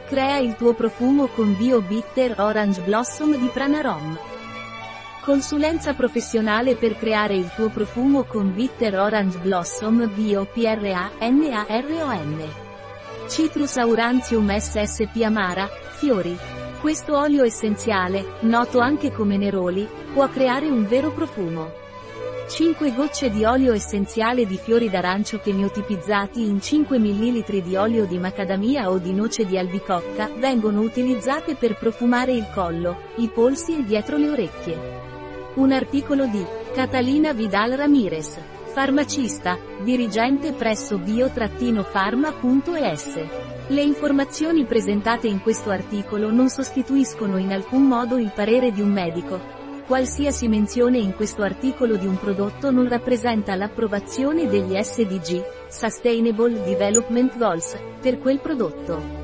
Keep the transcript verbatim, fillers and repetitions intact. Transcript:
Crea il tuo profumo con Bio Bitter Orange Blossom di Pranarom. Consulenza professionale per creare il tuo profumo con Bitter Orange Blossom Bio Pranarom. Citrus Aurantium S S P Amara, fiori. Questo olio essenziale, noto anche come neroli, può creare un vero profumo. cinque gocce di olio essenziale di fiori d'arancio chemiotipizzati in cinque millilitri di olio di macadamia o di noce di albicocca vengono utilizzate per profumare il collo, i polsi e dietro le orecchie. Un articolo di Catalina Vidal Ramirez, farmacista, dirigente presso bio-pharma punto es. Le informazioni presentate in questo articolo non sostituiscono in alcun modo il parere di un medico. Qualsiasi menzione in questo articolo di un prodotto non rappresenta l'approvazione degli S D G, Sustainable Development Goals, per quel prodotto.